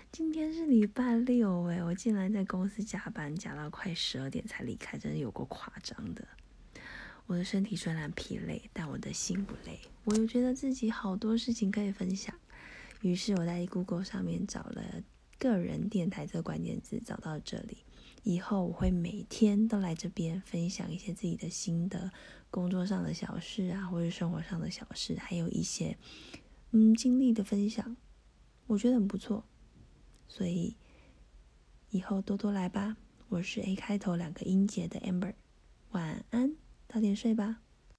今天是礼拜六我竟然在公司加班加到快12点才离开，真是有够夸张的。我的身体虽然疲累，但我的心不累。我又觉得自己好多事情可以分享，于是我在 Google 上面找了个人电台这个关键字，找到这里。以后我会每天都来这边分享一些自己的心得，工作上的小事啊，或者生活上的小事，还有一些经历的分享，我觉得很不错。所以以后多多来吧。我是 A 开头2个音节的 Amber，晚安，早点睡吧。